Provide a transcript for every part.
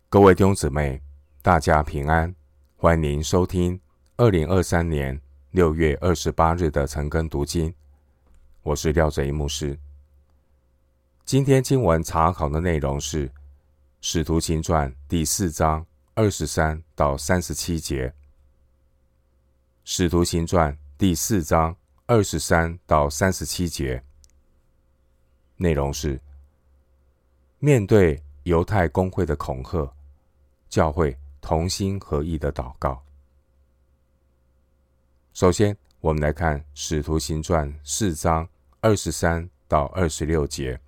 各位弟兄姊妹，大家平安，欢迎您收听2023年6月28日的晨更读经。我是廖哲一牧师。今天经文查考的内容是《使徒行传》第4章23到37节。《使徒行传》第4章23到37节，内容是面对犹太公会的恐吓，教会同心合意的祷告。首先，我们来看《使徒行传》4章23到26节。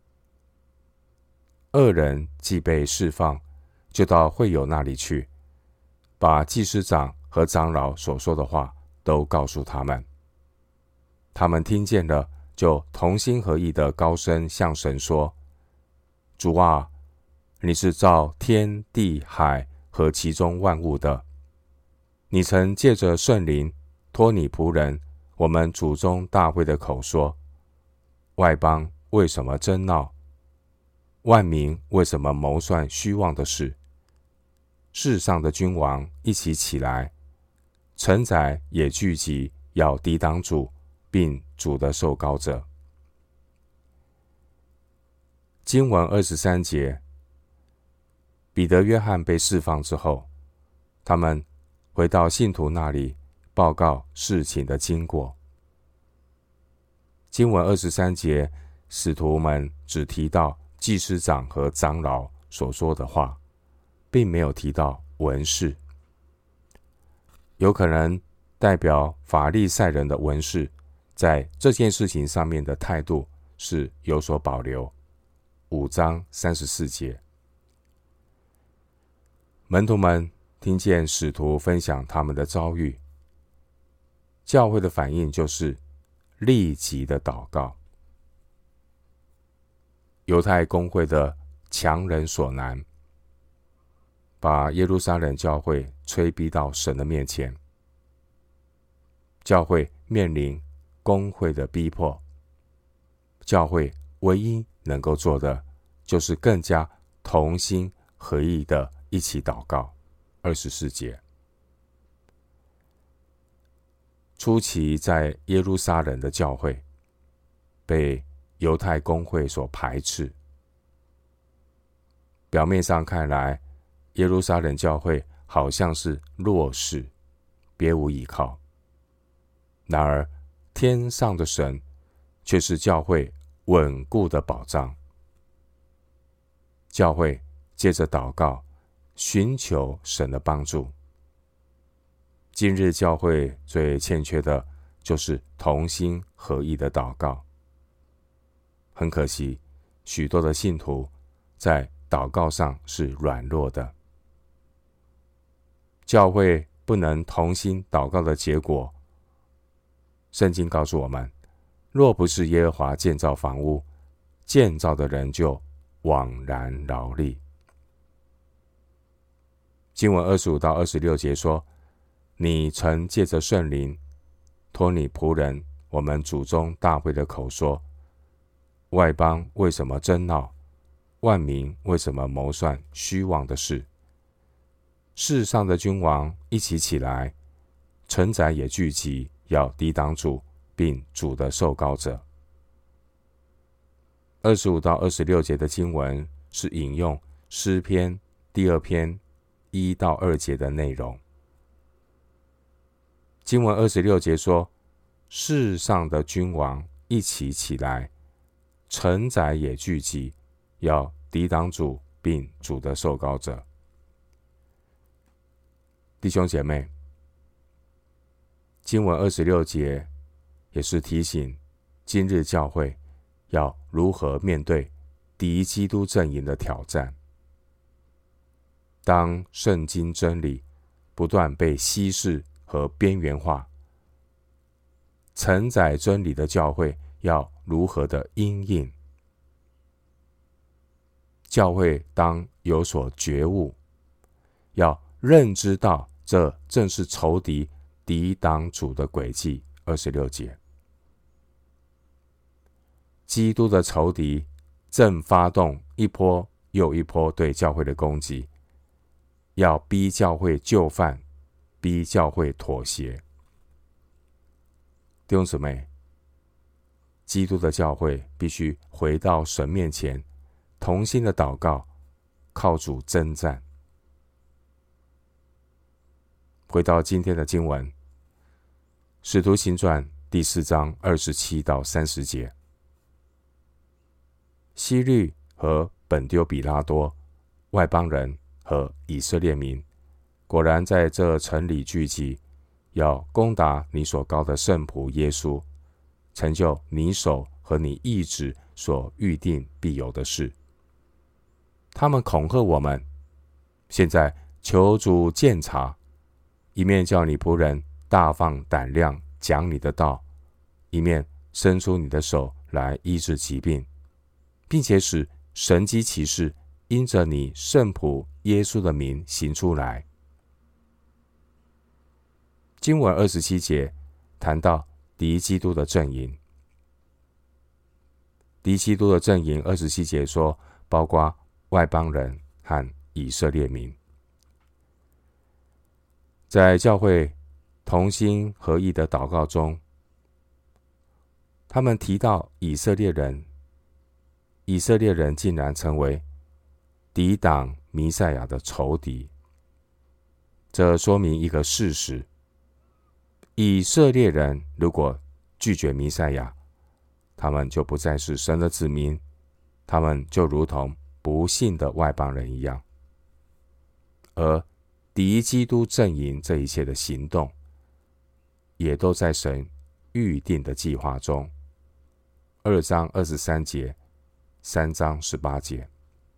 恶人既被释放，就到会友那里去，把祭司长和长老所说的话都告诉他们。他们听见了，就同心合意的高声向神说：主啊，你是造天地海和其中万物的，你曾借着圣灵托你仆人我们祖宗大卫的口说，外邦为什么争闹，万民为什么谋算虚妄的事？世上的君王一起起来，臣宰也聚集，要抵挡主，并主的受膏者。经文23节，彼得、约翰被释放之后，他们回到信徒那里报告事情的经过。经文23节，使徒们只提到祭司长和长老所说的话，并没有提到文士。有可能代表法利赛人的文士在这件事情上面的态度是有所保留。5章34节，门徒们听见使徒分享他们的遭遇，教会的反应就是立即的祷告。犹太公会的强人所难，把耶路撒冷教会催逼到神的面前。教会面临公会的逼迫，教会唯一能够做的就是更加同心合意的一起祷告。24节，初期在耶路撒冷的教会被犹太公会所排斥，表面上看来，耶路撒冷教会好像是弱势，别无依靠。然而，天上的神却是教会稳固的保障。教会借着祷告寻求神的帮助。今日教会最欠缺的就是同心合意的祷告。很可惜，许多的信徒在祷告上是软弱的。教会不能同心祷告的结果，圣经告诉我们，若不是耶和华建造房屋，建造的人就枉然劳力。经文25到26节说，你曾借着圣灵托你仆人我们祖宗大卫的口说，外邦为什么争闹，万民为什么谋算虚妄的事？世上的君王一起起来，臣宰也聚集，要抵挡主，并主的受膏者。25到26节的经文是引用诗篇第2篇1到2节的内容。经文26节说，世上的君王一起起来，臣宰也聚集，要抵挡主，并主的受膏者。弟兄姐妹，经文26节也是提醒今日教会要如何面对敌基督阵营的挑战。当圣经真理不断被稀释和边缘化，承载真理的教会要如何的因应？教会当有所觉悟，要认知到这正是仇敌抵挡主的诡计。26节，基督的仇敌正发动一波又一波对教会的攻击， 要逼教会就范，逼教会妥协。弟兄姊妹，基督的教会必须回到神面前，同心的祷告，靠主征战。回到今天的经文，使徒行传第4章27到30节。希律和本丢比拉多、外邦人和以色列民，果然在这城里聚集，要攻打你所膏的圣仆耶稣，成就你手和你意志所预定必有的事。他们恐吓我们，现在求主鉴察，一面叫你仆人大放胆量讲你的道，一面伸出你的手来医治疾病，并且使神迹奇事因着你圣仆耶稣的名行出来。经文27节谈到敌基督的阵营。敌基督的阵营27节说，包括外邦人和以色列民。在教会同心合意的祷告中，他们提到以色列人，以色列人竟然成为抵挡弥赛亚的仇敌。这说明一个事实：以色列人如果拒绝弥赛亚，他们就不再是神的子民，他们就如同不信的外邦人一样。而敌基督阵营这一切的行动，也都在神预定的计划中。2章23节，3章18节。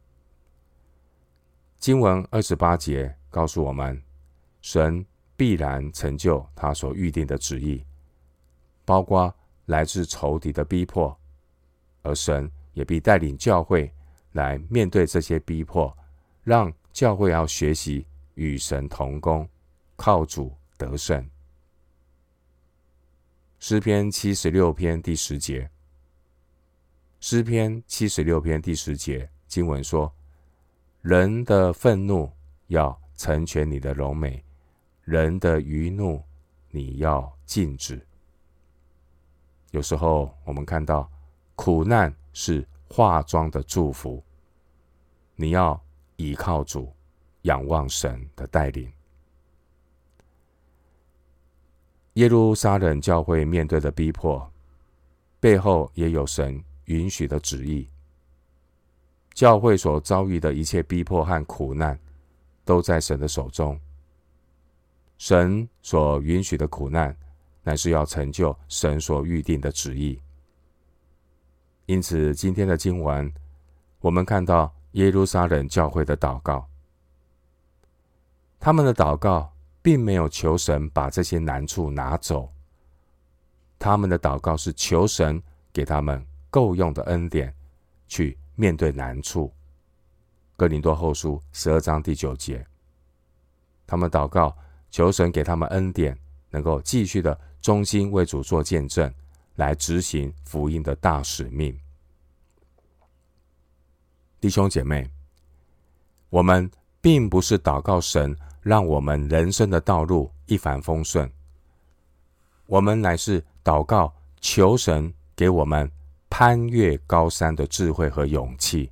经文28节告诉我们，神必然成就他所预定的旨意，包括来自仇敌的逼迫，而神也必带领教会来面对这些逼迫，让教会要学习与神同工，靠主得胜。诗篇76篇第10节，诗篇76篇第10节经文说，人的愤怒要成全你的柔美，人的余怒你要禁止。有时候我们看到苦难是化妆的祝福，你要倚靠主，仰望神的带领。耶路撒冷教会面对的逼迫，背后也有神允许的旨意。教会所遭遇的一切逼迫和苦难，都在神的手中。神所允许的苦难，乃是要成就神所预定的旨意。因此，今天的经文，我们看到耶路撒冷教会的祷告。他们的祷告并没有求神把这些难处拿走，他们的祷告是求神给他们够用的恩典，去面对难处。哥林多后书12章第9节，他们祷告求神给他们恩典，能够继续的忠心为主做见证，来执行福音的大使命。弟兄姐妹，我们并不是祷告神让我们人生的道路一帆风顺，我们乃是祷告求神给我们攀越高山的智慧和勇气。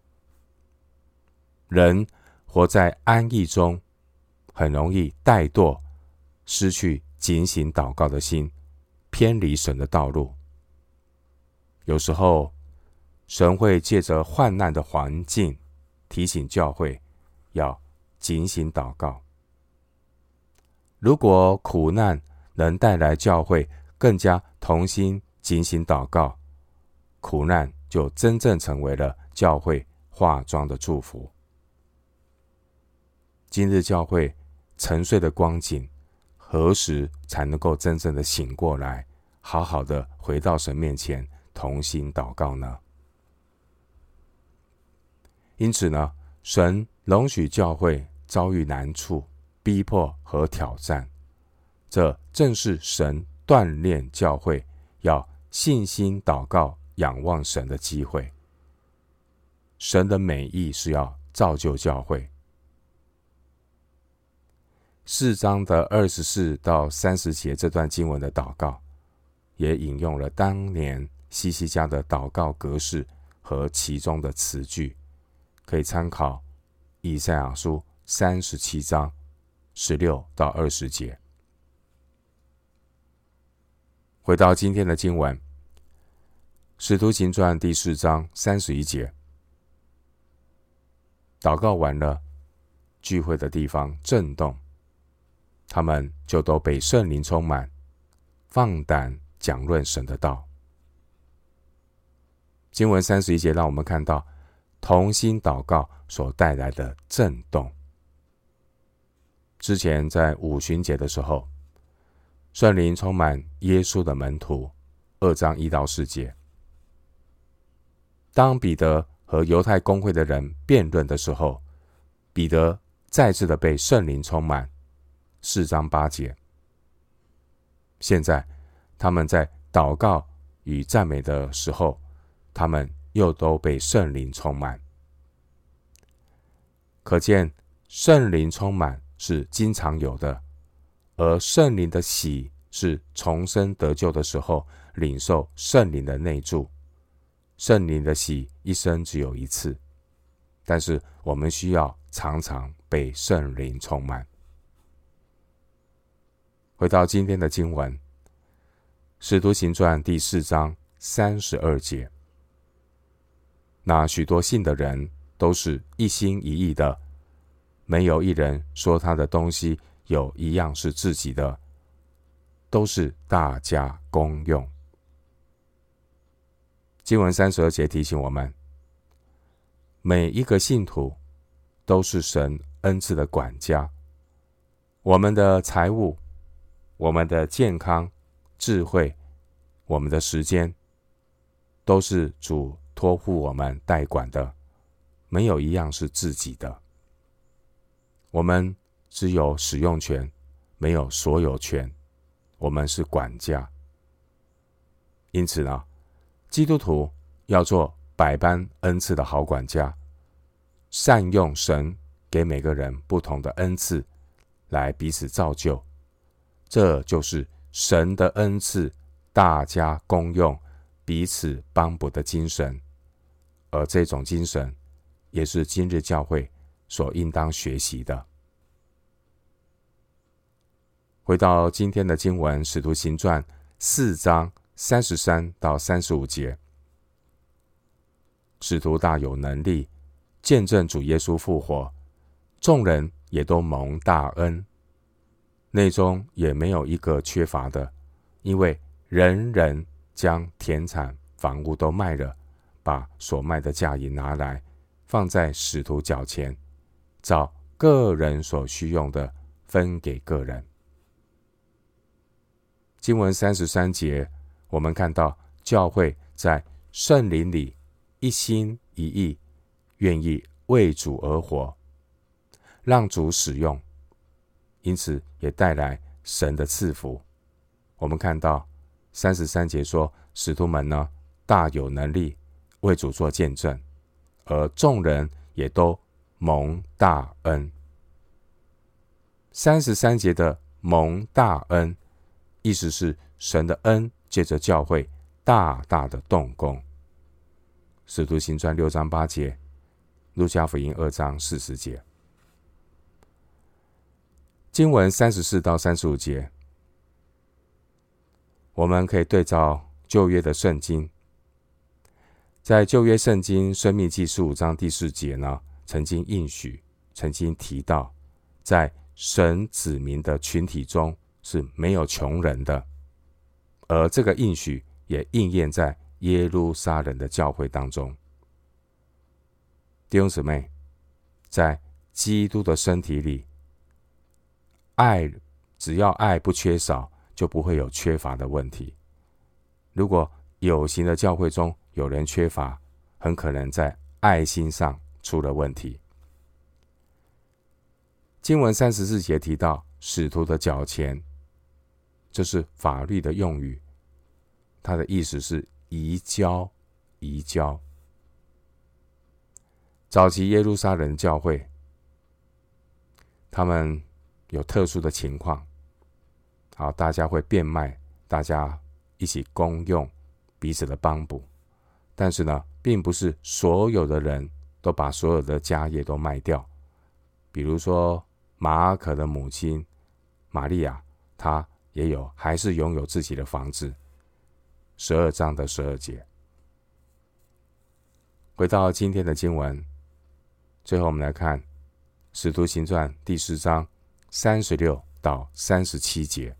人活在安逸中，很容易怠惰，失去警醒祷告的心，偏离神的道路。有时候神会借着患难的环境提醒教会要警醒祷告。如果苦难能带来教会更加同心警醒祷告，苦难就真正成为了教会化妆的祝福。今日教会沉睡的光景，何时才能够真正的醒过来，好好的回到神面前同心祷告呢？因此呢，神容许教会遭遇难处、逼迫和挑战，这正是神锻炼教会要信心祷告、仰望神的机会。神的美意是要造就教会。 4章的24到30节这段经文的祷告，也引用了当年希西家的祷告格式和其中的词句，可以参考以赛亚书37章16到20节。回到今天的经文，使徒行传第4章31节，祷告完了，聚会的地方震动，他们就都被圣灵充满，放胆讲论神的道。经文31节让我们看到同心祷告所带来的震动。之前在五旬节的时候，圣灵充满耶稣的门徒，2章1到4节。当彼得和犹太公会的人辩论的时候，彼得再次的被圣灵充满，4章8节。现在他们在祷告与赞美的时候，他们又都被圣灵充满。可见圣灵充满是经常有的，而圣灵的喜是重生得救的时候领受圣灵的内住。圣灵的喜一生只有一次，但是我们需要常常被圣灵充满。回到今天的经文，使徒行传第4章32节，那许多信的人都是一心一意的，没有一人说他的东西有一样是自己的，都是大家公用。经文32节提醒我们，每一个信徒都是神恩赐的管家，我们的财物、我们的健康、智慧、我们的时间，都是主托付我们代管的，没有一样是自己的。我们只有使用权，没有所有权，我们是管家。因此呢，基督徒要做百般恩赐的好管家，善用神给每个人不同的恩赐来彼此造就，这就是神的恩赐大家公用、彼此帮补的精神。而这种精神也是今日教会所应当学习的。回到今天的经文，使徒行传4章33到35节，使徒大有能力，见证主耶稣复活，众人也都蒙大恩，内中也没有一个缺乏的，因为人人将田产房屋都卖了，把所卖的价银拿来，放在使徒脚前，照个人所需用的分给个人。经文33节，我们看到教会在圣灵里一心一意，愿意为主而活，让主使用，因此也带来神的赐福。我们看到33节说，使徒们呢大有能力为主做见证，而众人也都蒙大恩。33节的蒙大恩，意思是神的恩借着教会大大的动工。使徒行传6章8节，路加福音2章40节。经文34到35节，我们可以对照旧约的圣经。在旧约圣经申命记15章第4节呢，曾经应许，曾经提到，在神子民的群体中是没有穷人的，而这个应许也应验在耶路撒冷的教会当中。弟兄姊妹，在基督的身体里，爱，只要爱不缺少，就不会有缺乏的问题。如果有形的教会中有人缺乏，很可能在爱心上出了问题。经文34节提到使徒的脚前，这是法律的用语，它的意思是移交。早期耶路撒冷教会，他们有特殊的情况，好，大家会变卖，大家一起公用，彼此的帮补。但是呢，并不是所有的人都把所有的家业都卖掉。比如说马尔可的母亲玛利亚，她还是拥有自己的房子。12章的12节。回到今天的经文，最后我们来看《使徒行传》第4章36到37节。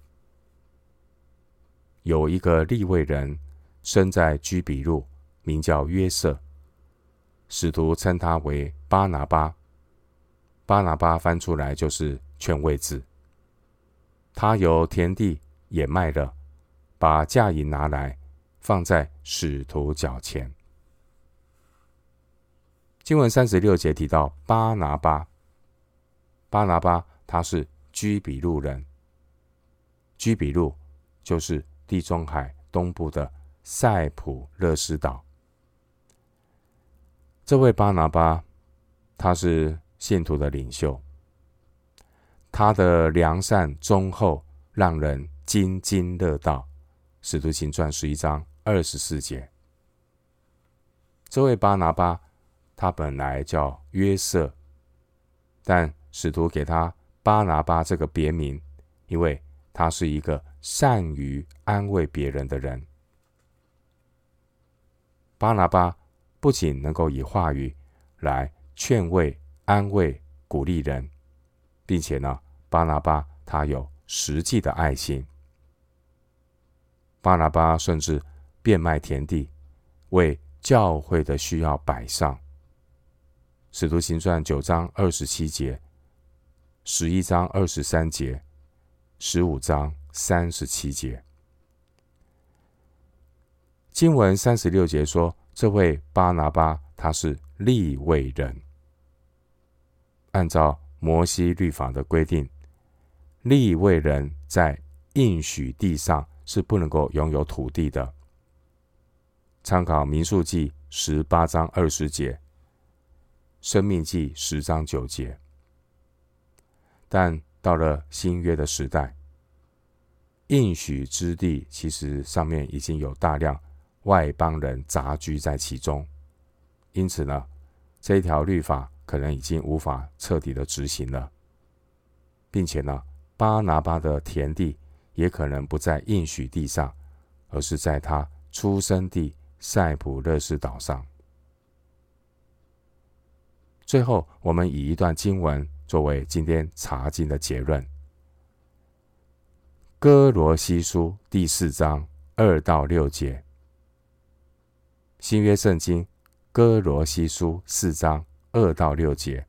有一个利未人生在居比路，名叫约瑟，使徒称他为巴拿巴。巴拿巴翻出来就是劝慰字。他有田地也卖了，把价银拿来，放在使徒脚前。经文36节提到巴拿巴，巴拿巴他是居比路人。居比路就是地中海东部的塞浦勒斯岛。这位巴拿巴，他是信徒的领袖，他的良善忠厚让人津津乐道。使徒行传11章24节。这位巴拿巴，他本来叫约瑟，但使徒给他巴拿巴这个别名，因为他是一个善于安慰别人的人。巴拿巴不仅能够以话语来劝慰、安慰、鼓励人，并且呢，巴拿巴他有实际的爱心。巴拿巴甚至变卖田地，为教会的需要摆上。使徒行传9章27节、11章23节、15章37节。经文36节说，这位巴拿巴他是利未人。按照摩西律法的规定，利未人在应许地上是不能够拥有土地的。参考民数记18章20节、申命记10章9节。但到了新约的时代，应许之地其实上面已经有大量外邦人杂居在其中，因此呢，这一条律法可能已经无法彻底的执行了，并且呢，巴拿巴的田地也可能不在应许地上，而是在他出生地塞浦勒斯岛上。最后，我们以一段经文作为今天查经的结论。哥罗西书第4章2到6节。新约圣经哥罗西书4章2到6节。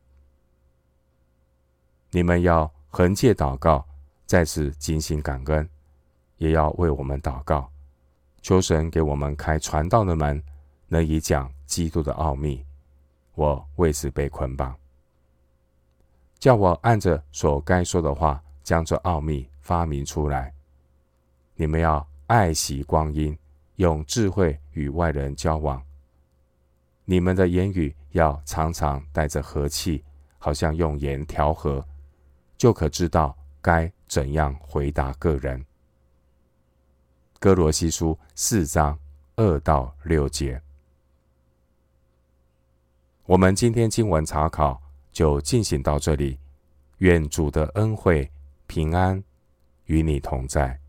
你们要恒切祷告，在此警醒感恩，也要为我们祷告，求神给我们开传道的门，能以讲基督的奥秘。我为此被捆绑，叫我按着所该说的话，将这奥秘发明出来。你们要爱惜光阴，用智慧与外人交往。你们的言语要常常带着和气，好像用盐调和，就可知道该怎样回答个人。哥罗西书4章2到6节。我们今天经文查考就进行到这里，愿主的恩惠平安与你同在。